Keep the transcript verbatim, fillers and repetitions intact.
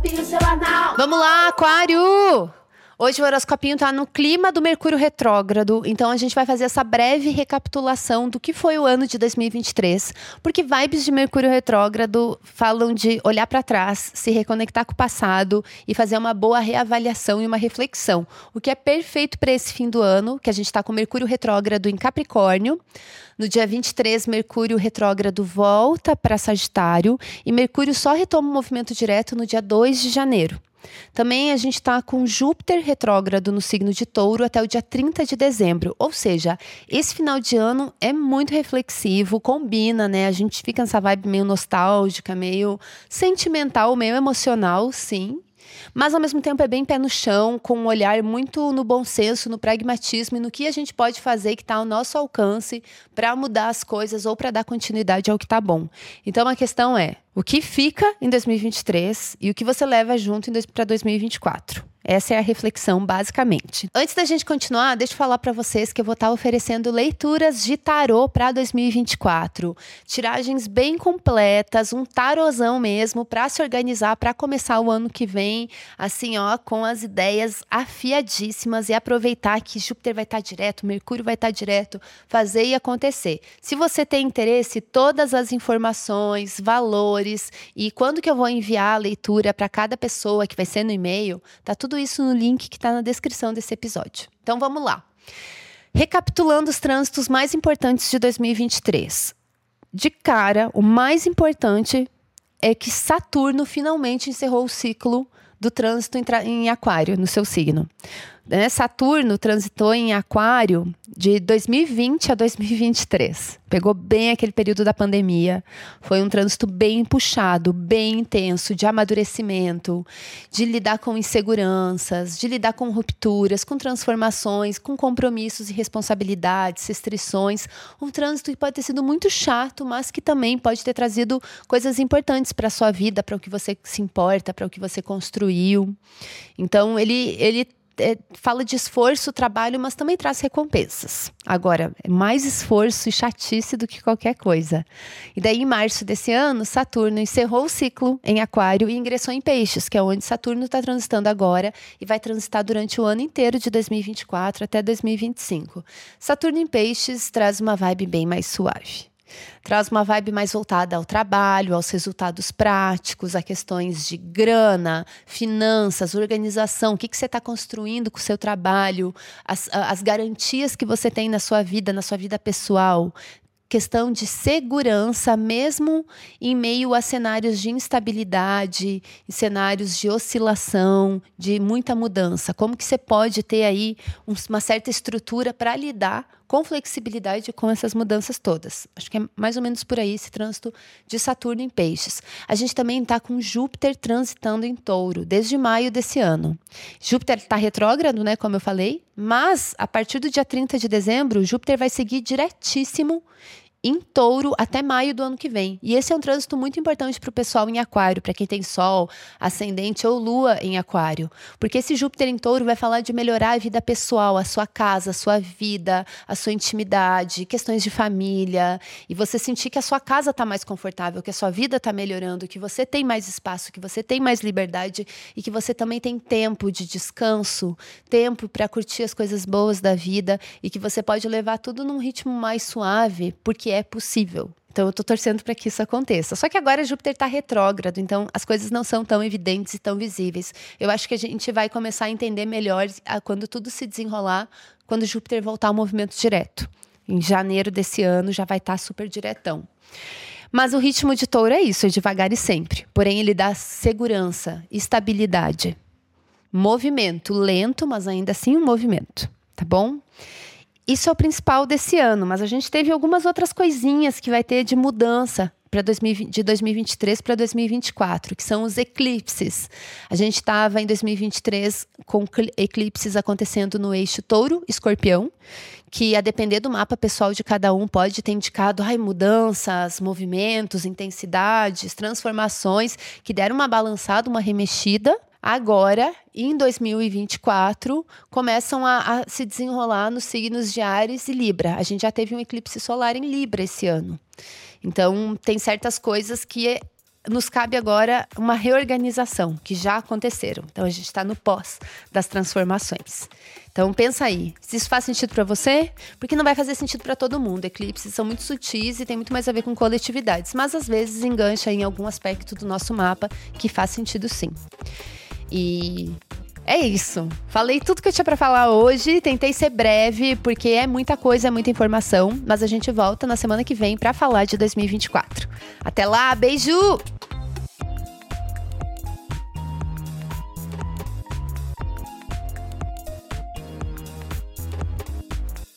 horoscopinho semanal. Vamos lá, Aquário! Hoje o horoscopinho tá no clima do Mercúrio retrógrado, então a gente vai fazer essa breve recapitulação do que foi o ano de dois mil e vinte e três, porque vibes de Mercúrio retrógrado falam de olhar para trás, se reconectar com o passado e fazer uma boa reavaliação e uma reflexão, o que é perfeito para esse fim do ano, que a gente está com Mercúrio retrógrado em Capricórnio. No dia vinte e três, Mercúrio retrógrado volta para Sagitário e Mercúrio só retoma o movimento direto no dia dois de janeiro. Também a gente está com Júpiter retrógrado no signo de Touro até o dia trinta de dezembro. Ou seja, esse final de ano é muito reflexivo, combina, né? A gente fica nessa vibe meio nostálgica, meio sentimental, meio emocional, sim. Mas ao mesmo tempo é bem pé no chão, com um olhar muito no bom senso, no pragmatismo e no que a gente pode fazer que está ao nosso alcance para mudar as coisas ou para dar continuidade ao que está bom. Então a questão é, o que fica em dois mil e vinte e três e o que você leva junto para dois mil e vinte e quatro? Essa é a reflexão, basicamente. Antes da gente continuar, deixa eu falar para vocês que eu vou estar oferecendo leituras de tarô para dois mil e vinte e quatro. Tiragens bem completas, um tarozão mesmo, para se organizar, para começar o ano que vem, assim, ó, com as ideias afiadíssimas e aproveitar que Júpiter vai estar direto, Mercúrio vai estar direto, fazer e acontecer. Se você tem interesse, todas as informações, valores e quando que eu vou enviar a leitura para cada pessoa, que vai ser no e-mail, tá tudo isso no link que está na descrição desse episódio. Então vamos lá. Recapitulando os trânsitos mais importantes de dois mil e vinte e três. De cara, o mais importante é que Saturno finalmente encerrou o ciclo do trânsito em Aquário, no seu signo. Né? Saturno transitou em Aquário de dois mil e vinte a dois mil e vinte e três. Pegou bem aquele período da pandemia. Foi um trânsito bem puxado, bem intenso, de amadurecimento, de lidar com inseguranças, de lidar com rupturas, com transformações, com compromissos e responsabilidades, restrições. Um trânsito que pode ter sido muito chato, mas que também pode ter trazido coisas importantes para a sua vida, para o que você se importa, para o que você construiu. Então, ele... ele É, fala de esforço, trabalho, mas também traz recompensas. Agora, é mais esforço e chatice do que qualquer coisa. E daí, em março desse ano, Saturno encerrou o ciclo em Aquário e ingressou em Peixes, que é onde Saturno está transitando agora e vai transitar durante o ano inteiro de dois mil e vinte e quatro até dois mil e vinte e cinco. Saturno em Peixes traz uma vibe bem mais suave. Traz uma vibe mais voltada ao trabalho, aos resultados práticos, a questões de grana, finanças, organização, o que, que você está construindo com o seu trabalho, as, as garantias que você tem na sua vida, na sua vida pessoal. Questão de segurança, mesmo em meio a cenários de instabilidade, em cenários de oscilação, de muita mudança. Como que você pode ter aí uma certa estrutura para lidar com flexibilidade com essas mudanças todas? Acho que é mais ou menos por aí esse trânsito de Saturno em Peixes. A gente também está com Júpiter transitando em Touro, desde maio desse ano. Júpiter está retrógrado, né, como eu falei, mas a partir do dia trinta de dezembro, Júpiter vai seguir diretíssimo em Touro até maio do ano que vem. E esse é um trânsito muito importante para o pessoal em Aquário, para quem tem Sol, Ascendente ou Lua em Aquário. Porque esse Júpiter em Touro vai falar de melhorar a vida pessoal, a sua casa, a sua vida, a sua intimidade, questões de família. E você sentir que a sua casa está mais confortável, que a sua vida está melhorando, que você tem mais espaço, que você tem mais liberdade e que você também tem tempo de descanso, tempo para curtir as coisas boas da vida e que você pode levar tudo num ritmo mais suave, porque é possível. Então eu tô torcendo para que isso aconteça. Só que agora Júpiter está retrógrado, então as coisas não são tão evidentes e tão visíveis. Eu acho que a gente vai começar a entender melhor quando tudo se desenrolar, quando Júpiter voltar ao movimento direto. Em janeiro desse ano já vai estar super diretão. Mas o ritmo de Touro é isso, é devagar e sempre. Porém, ele dá segurança, estabilidade. Movimento lento, mas ainda assim um movimento, tá bom? Isso é o principal desse ano, mas a gente teve algumas outras coisinhas que vai ter de mudança para de dois mil e vinte e três para dois mil e vinte e quatro, que são os eclipses. A gente estava em dois mil e vinte e três com eclipses acontecendo no eixo Touro-Escorpião, que a depender do mapa pessoal de cada um pode ter indicado ai, mudanças, movimentos, intensidades, transformações que deram uma balançada, uma remexida. Agora, em dois mil e vinte e quatro, começam a, a se desenrolar nos signos de Áries e Libra. A gente já teve um eclipse solar em Libra esse ano. Então, tem certas coisas que nos cabe agora uma reorganização, que já aconteceram. Então, a gente está no pós das transformações. Então, pensa aí, se isso faz sentido para você, porque não vai fazer sentido para todo mundo. Eclipses são muito sutis e tem muito mais a ver com coletividades, mas às vezes engancha em algum aspecto do nosso mapa que faz sentido sim. E é isso. Falei tudo que eu tinha para falar hoje, tentei ser breve, porque é muita coisa, é muita informação, mas a gente volta na semana que vem para falar de dois mil e vinte e quatro. Até lá, beijo!